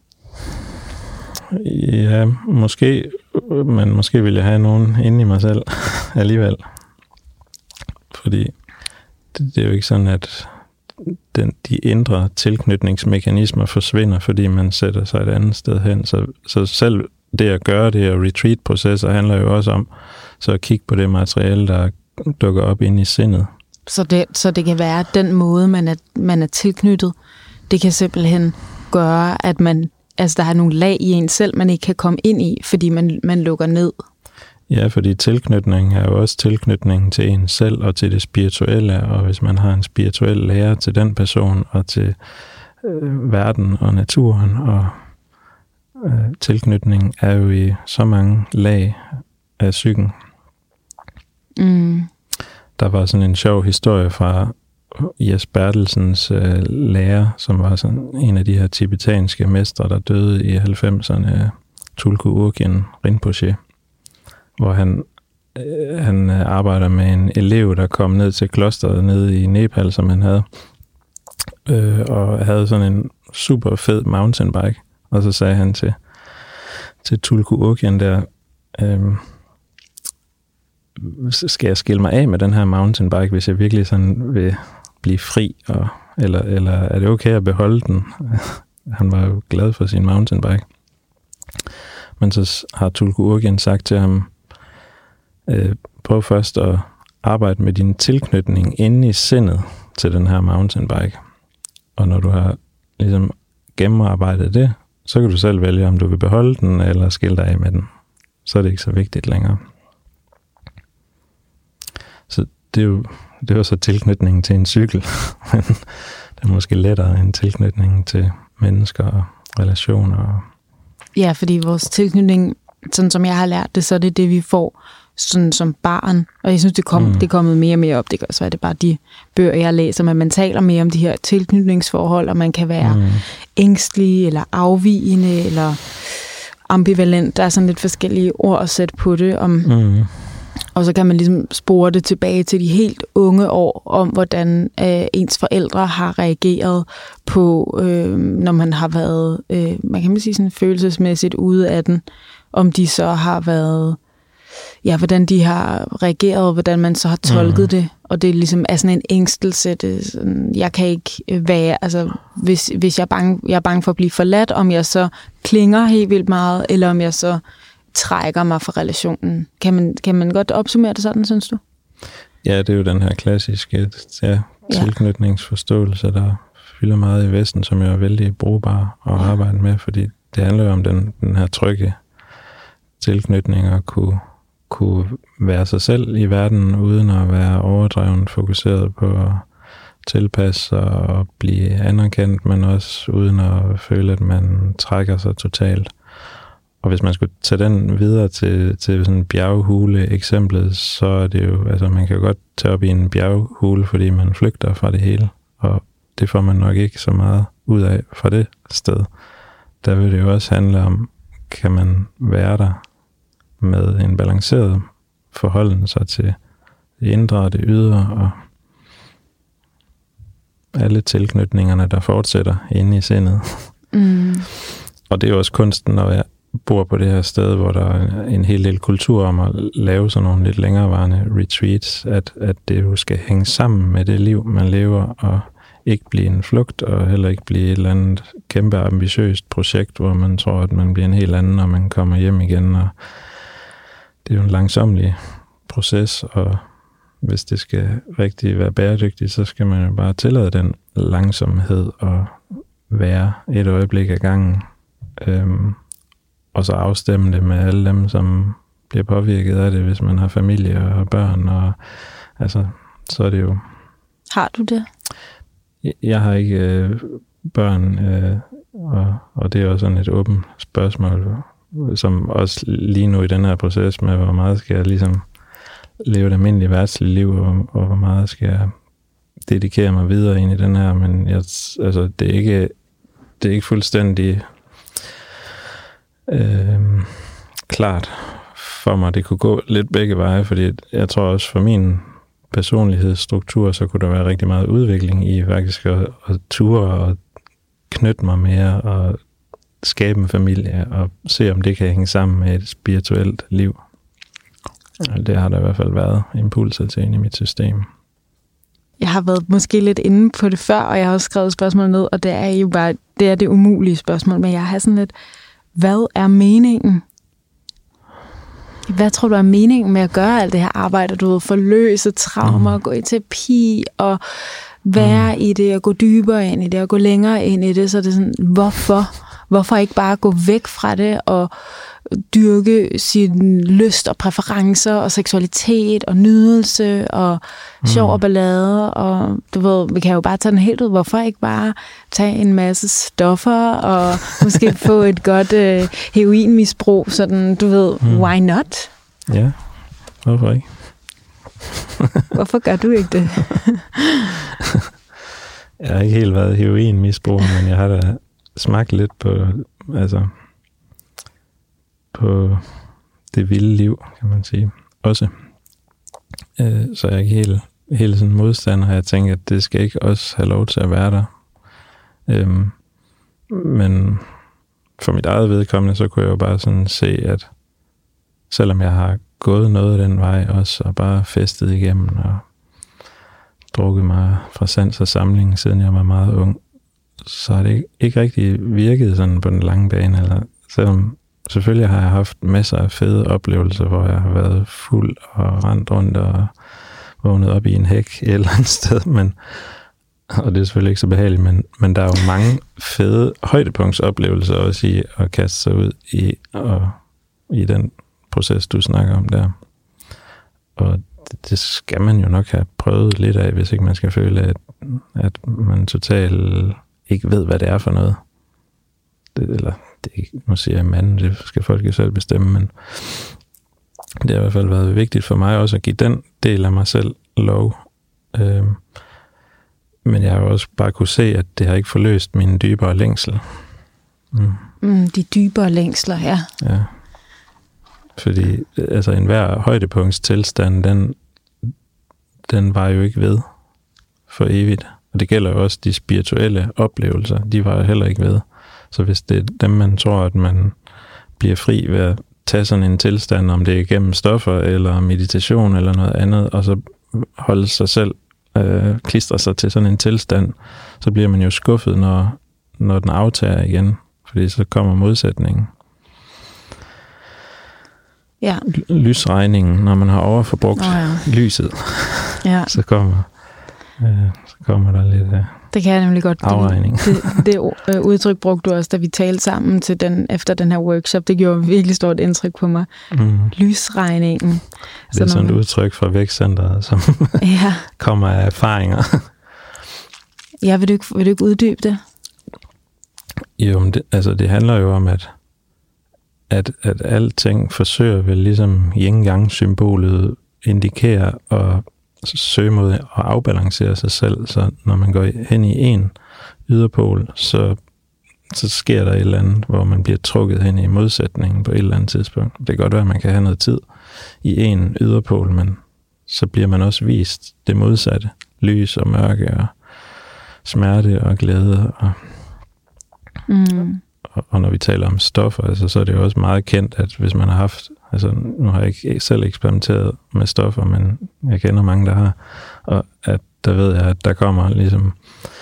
Ja, måske, men måske ville jeg have nogen inde i mig selv alligevel. Fordi det er jo ikke sådan, at de indre tilknytningsmekanismer forsvinder, fordi man sætter sig et andet sted hen. Så selv det at gøre det og retreat-processer handler jo også om så at kigge på det materiale, der dukker op inde i sindet. Så det kan være, at den måde, man er tilknyttet, det kan simpelthen gøre, at der er nogle lag i en selv, man ikke kan komme ind i, fordi man lukker ned. Ja, fordi tilknytning er jo også tilknytningen til en selv og til det spirituelle, og hvis man har en spirituel lærer til den person og til verden og naturen, og tilknytning er jo i så mange lag af psyken. Der var sådan en sjov historie fra Jes Bertelsens lærer, som var sådan en af de her tibetanske mestre, der døde i 90'erne, Tulku Urgyen Rinpoche, hvor han arbejder med en elev, der kom ned til klosteret nede i Nepal, som han havde, og havde sådan en super fed mountainbike, og så sagde han til Tulku Urgyen der, skal jeg skille mig af med den her mountainbike, hvis jeg virkelig sådan vil blive fri, eller er det okay at beholde den? Han var jo glad for sin mountainbike. Men så har Tulku Urgyen sagt til ham, prøv først at arbejde med din tilknytning inde i sindet til den her mountainbike. Og når du har ligesom gennemarbejdet det, så kan du selv vælge, om du vil beholde den, eller skille dig af med den. Så er det ikke så vigtigt længere. Så det er jo så tilknytningen til en cykel, men det er måske lettere end tilknytningen til mennesker og relationer. Ja, fordi vores tilknytning, sådan som jeg har lært det, så er det vi får sådan som barn. Og jeg synes, det er kommet mere og mere op. Det kan også være, det er bare de bøger, jeg læser, men man taler mere om de her tilknytningsforhold, og man kan være ængstelig, eller afvigende, eller ambivalent. Der er sådan lidt forskellige ord at sætte på det. Og så kan man ligesom spore det tilbage til de helt unge år, om hvordan ens forældre har reageret på, når man har været, man kan sige sådan følelsesmæssigt ude af den, om de så har været, hvordan de har reageret, hvordan man så har tolket det, og det ligesom er sådan en ængstelse, jeg kan ikke være, altså hvis jeg er bange for at blive forladt, om jeg så klinger helt vildt meget, eller om jeg så trækker mig fra relationen. Kan man godt opsummere det sådan, synes du? Ja, det er jo den her klassiske tilknytningsforståelse, der fylder meget i Vesten, som jo er vældig brugbar at arbejde med, fordi det handler jo om den her trygge tilknytning at kunne være sig selv i verden, uden at være overdreven fokuseret på at tilpasse sig og blive anerkendt, men også uden at føle, at man trækker sig totalt. Og hvis man skulle tage den videre til sådan bjerghule eksemplet, så er det jo, altså man kan jo godt tage op i en bjerghule, fordi man flygter fra det hele, og det får man nok ikke så meget ud af fra det sted. Der vil det jo også handle om, kan man være der med en balanceret forholden sig til det indre og det ydre, og alle tilknytningerne, der fortsætter inde i sindet. Og det er jo også kunsten, når jeg bor på det her sted, hvor der er en hel del kultur om at lave sådan nogle lidt længerevarende retreats, at det jo skal hænge sammen med det liv, man lever, og ikke blive en flugt, og heller ikke blive et eller andet kæmpe ambitiøst projekt, hvor man tror, at man bliver en helt anden, når man kommer hjem igen. Og det er jo en langsommelig proces, og hvis det skal rigtig være bæredygtigt, så skal man jo bare tillade den langsomhed og være et øjeblik ad gangen. Og så afstemme det med alle dem, som bliver påvirket af det, hvis man har familie og børn, og altså, så er det jo... Har du det? Jeg har ikke børn, og det er også sådan et åbent spørgsmål, som også lige nu i den her proces med, hvor meget skal jeg ligesom leve et almindeligt værtsligt liv, og hvor meget skal jeg dedikere mig videre ind i den her, men det er ikke fuldstændig klart for mig. Det kunne gå lidt begge veje, fordi jeg tror også for min personlighedsstruktur, så kunne der være rigtig meget udvikling i faktisk at ture og knytte mig mere og skabe en familie og se, om det kan hænge sammen med et spirituelt liv. Det har der i hvert fald været impulser til inde i mit system. Jeg har været måske lidt inde på det før, og jeg har også skrevet spørgsmål ned, og det er jo bare det umulige spørgsmål, men jeg har sådan lidt, hvad er meningen? Hvad tror du er meningen med at gøre alt det her arbejde? Du ved, forløse traumer, gå i terapi og være i det, og gå dybere ind i det, og gå længere ind i det. Så det er sådan, hvorfor ikke bare gå væk fra det og dyrke sin lyst og præferencer og seksualitet og nydelse og sjov og ballade, og du ved, vi kan jo bare tage den helt ud. Hvorfor ikke bare tage en masse stoffer og måske få et godt heroinmisbrug, sådan, du ved, why not? Ja, hvorfor ikke? Hvorfor gør du ikke det? Jeg har ikke helt været heroinmisbruger, men jeg har da smagt lidt på det vilde liv, kan man sige, også. Så jeg er ikke helt sådan modstander. Jeg tænker, at det skal ikke også have lov til at være der. Men for mit eget vedkommende, så kunne jeg jo bare sådan se, at selvom jeg har gået noget af den vej også, og bare festet igennem, og drukket mig fra sans og samling, siden jeg var meget ung, så har det ikke rigtig virket sådan på den lange bane. Eller, selvom selvfølgelig har jeg haft masser af fede oplevelser, hvor jeg har været fuld og rendt rundt og vågnet op i en hæk et eller andet sted, og det er selvfølgelig ikke så behageligt, men der er jo mange fede højdepunktsoplevelser også i at kaste sig ud i den proces, du snakker om der. Og det skal man jo nok have prøvet lidt af, hvis ikke man skal føle, at man totalt ikke ved, hvad det er for noget. Nu siger jeg mand, det skal folk jo selv bestemme, det har i hvert fald været vigtigt for mig også at give den del af mig selv lov. Men jeg har også bare kunne se, at det har ikke forløst min dybere længsel. De dybere længsler, ja. Ja. Fordi altså enhver højdepunktstilstand, den var jo ikke ved for evigt. Og det gælder jo også de spirituelle oplevelser, de var heller ikke ved. Så hvis det er dem, man tror, at man bliver fri ved at tage sådan en tilstand, om det er gennem stoffer eller meditation eller noget andet, og så holde sig selv, klistre sig til sådan en tilstand, så bliver man jo skuffet, når den aftager igen, fordi så kommer modsætningen. Ja. Lysregningen, når man har overforbrugt lyset, så kommer der lidt det kan jeg nemlig godt. Afregning. Det udtryk brugte du også, da vi talte sammen efter den her workshop. Det gjorde virkelig stort indtryk på mig. Lysregningen. Det er sådan et udtryk fra vækstcenteret, som kommer af erfaringer. Ja, vil du ikke uddybe det? Jo, men det handler jo om, at alting forsøger vel ligesom yin-yang-symbolet indikerer og søge mod at afbalancere sig selv, så når man går hen i en yderpol, så sker der et eller andet, hvor man bliver trukket hen i modsætningen på et eller andet tidspunkt. Det kan godt være, at man kan have noget tid i en yderpol, men så bliver man også vist det modsatte. Lys og mørke og smerte og glæde. Og når vi taler om stoffer, så er det jo også meget kendt, at hvis man har haft, nu har jeg ikke selv eksperimenteret med stoffer, men jeg kender mange, der har, og at der ved jeg, at der kommer ligesom,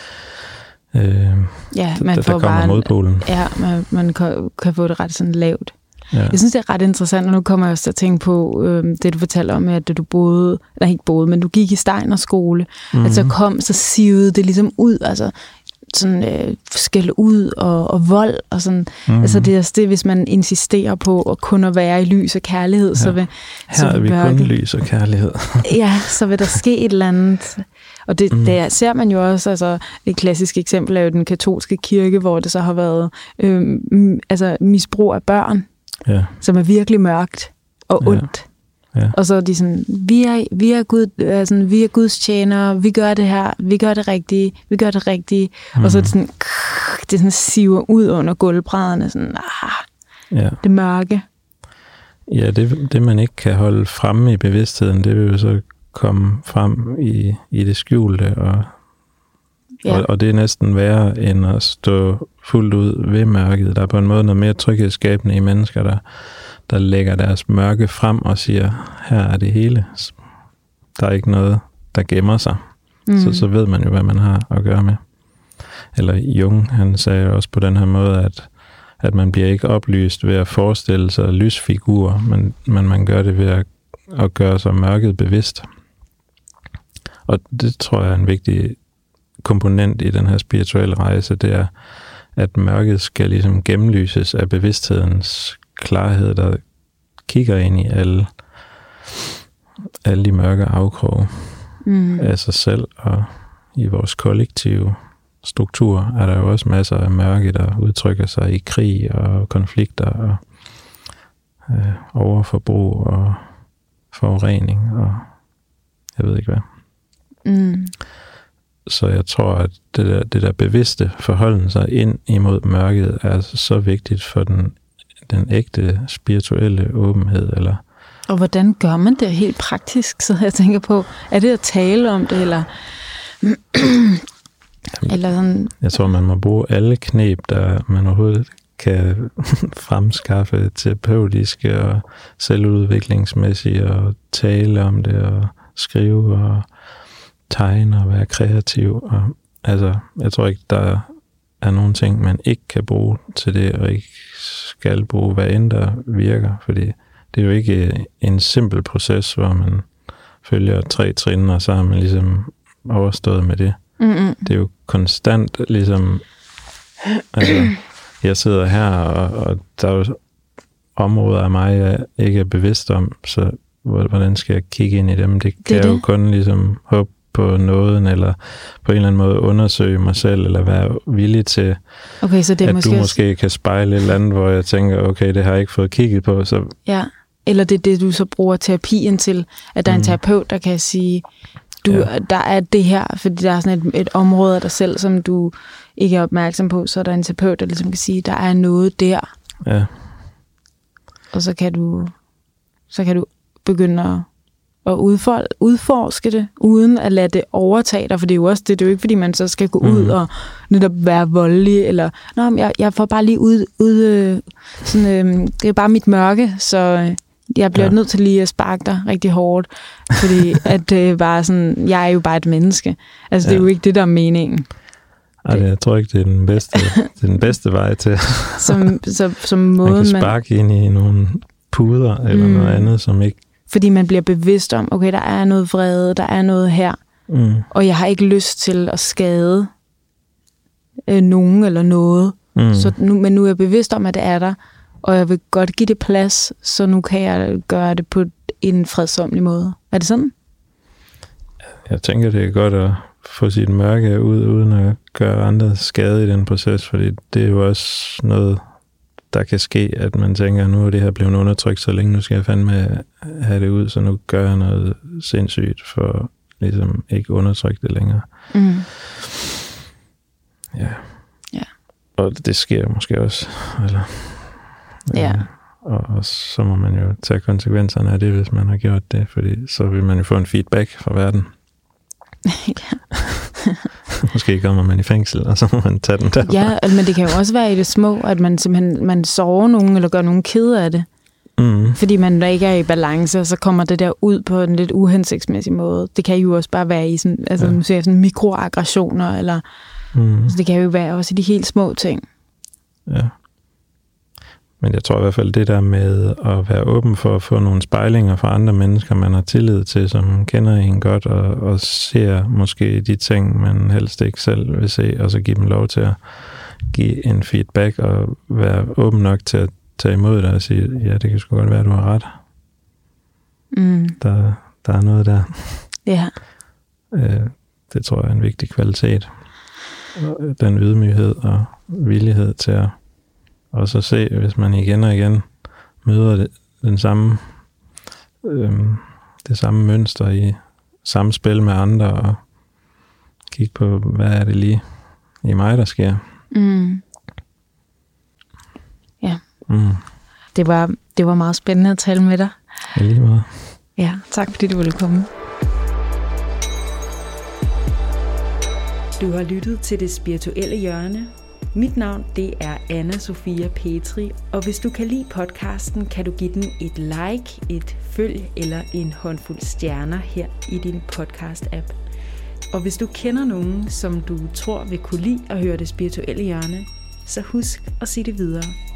der kommer modpolen. Ja, man kan få det ret sådan lavt. Ja. Jeg synes, det er ret interessant, og nu kommer jeg også til at tænke på det, du fortalte om, at du gik i Steiner-skole, at så sivede det ligesom ud, altså sådan skæld ud og vold og sådan. Altså det er også det, hvis man insisterer på at kun at være i lys og kærlighed, så vil her er vi kun lys og kærlighed. Ja, så vil der ske et eller andet. Og det ser man jo også, altså et klassisk eksempel er jo den katolske kirke, hvor det så har været misbrug af børn, som er virkelig mørkt og ondt. Ja. Og så er de sådan, vi er Guds tjenere, vi gør det her, vi gør det rigtige, og så er det sådan siver ud under gulvbrædderne, sådan, det mørke. Ja, det man ikke kan holde fremme i bevidstheden, det vil jo så komme frem i det skjulte, og det er næsten værre end at stå fuldt ud ved mørket. Der er på en måde noget mere tryghedsskabende i mennesker, der lægger deres mørke frem og siger, her er det hele. Der er ikke noget, der gemmer sig. Så ved man jo, hvad man har at gøre med. Eller Jung, han sagde også på den her måde, at man bliver ikke oplyst ved at forestille sig lysfigurer, men man gør det ved at gøre sig mørket bevidst. Og det tror jeg er en vigtig komponent i den her spirituelle rejse, det er, at mørket skal ligesom gennemlyses af bevidsthedens klarhed, der kigger ind i alle de mørke afkroge af sig selv, og i vores kollektive struktur er der jo også masser af mørke, der udtrykker sig i krig og konflikter og overforbrug og forurening og jeg ved ikke hvad. Så jeg tror, at det der bevidste forholden sig ind imod mørket er så vigtigt for den ægte spirituelle åbenhed. Og hvordan gør man det helt praktisk? Så jeg tænker på, er det at tale om det, eller sådan? Jeg tror, man må bruge alle kneb, der man overhovedet kan fremskaffe terapeutiske og selvudviklingsmæssige, og tale om det, og skrive og tegne og være kreativ. Og, jeg tror ikke, der er nogle ting, man ikke kan bruge til det, og ikke skal bruge, hvad end der virker, fordi det er jo ikke en simpel proces, hvor man følger 3 trin, og så har man ligesom overstået med det. Det er jo konstant ligesom, jeg sidder her, og der er jo områder af mig, jeg ikke er bevidst om, så hvordan skal jeg kigge ind i dem? Det kan jeg jo kun ligesom håbe på nåden, eller på en eller anden måde undersøge mig selv, eller være villig til, så det at du måske kan spejle et eller andet, hvor jeg tænker, okay, det har jeg ikke fået kigget på. Så Eller det er det, du så bruger terapien til, at der er en terapeut, der kan sige, der er det her, fordi der er sådan et område af dig selv, som du ikke er opmærksom på, så er der en terapeut, der ligesom kan sige, der er noget der. Ja. Og så kan du begynde at udforske det, uden at lade det overtage dig, for det er jo også det, er jo ikke, fordi man så skal gå ud og netop være voldelig, eller, jeg får bare lige det er bare mit mørke, så jeg bliver nødt til lige at sparke dig rigtig hårdt, fordi at det er bare sådan, jeg er jo bare et menneske. Altså, det er jo ikke det, der er meningen. Ej, jeg tror ikke, det er den bedste vej til. som måden, man kan sparke ind i nogle puder, eller noget andet, som ikke... Fordi man bliver bevidst om, okay, der er noget vrede, der er noget her, og jeg har ikke lyst til at skade nogen eller noget. Men nu er jeg bevidst om, at det er der, og jeg vil godt give det plads, så nu kan jeg gøre det på en fredsomlig måde. Er det sådan? Jeg tænker, det er godt at få sit mørke ud, uden at gøre andre skade i den proces, fordi det er jo også noget, der kan ske, at man tænker, nu er det her blevet undertrykt så længe, nu skal jeg fandme have det ud, så nu gør jeg noget sindssygt for ligesom ikke undertrykke det længere. Ja. Og det sker måske også, eller... Og så må man jo tage konsekvenserne af det, hvis man har gjort det, fordi så vil man jo få en feedback fra verden. Måske kommer man i fængsel, og så må man tage den der. Ja, men det kan jo også være i det små, at man simpelthen sårer nogen, eller gør nogen kede af det. Fordi man ikke er i balance, og så kommer det der ud på en lidt uhensigtsmæssig måde. Det kan jo også bare være i sådan, nu ser jeg sådan mikroaggressioner, eller så det kan jo være også i de helt små ting. Ja. Men jeg tror i hvert fald, det der med at være åben for at få nogle spejlinger fra andre mennesker, man har tillid til, som kender en godt, og ser måske de ting, man helst ikke selv vil se, og så give dem lov til at give en feedback, og være åben nok til at tage imod det og sige, ja, det kan sgu godt være, du har ret. Der er noget der. Ja. Det tror jeg er en vigtig kvalitet. Den ydmyghed og villighed til at og så se, hvis man igen og igen møder det samme mønster i samspil med andre, og kigge på, hvad er det lige i mig, der sker. Ja. Det var meget spændende at tale med dig. I lige måde. Ja, tak fordi du ville komme. Du har lyttet til Det Spirituelle Hjørne. Mit navn, det er Anna Sofia Petri, og hvis du kan lide podcasten, kan du give den et like, et følg eller en håndfuld stjerner her i din podcast-app. Og hvis du kender nogen, som du tror vil kunne lide at høre Det Spirituelle Hjørne, så husk at sige det videre.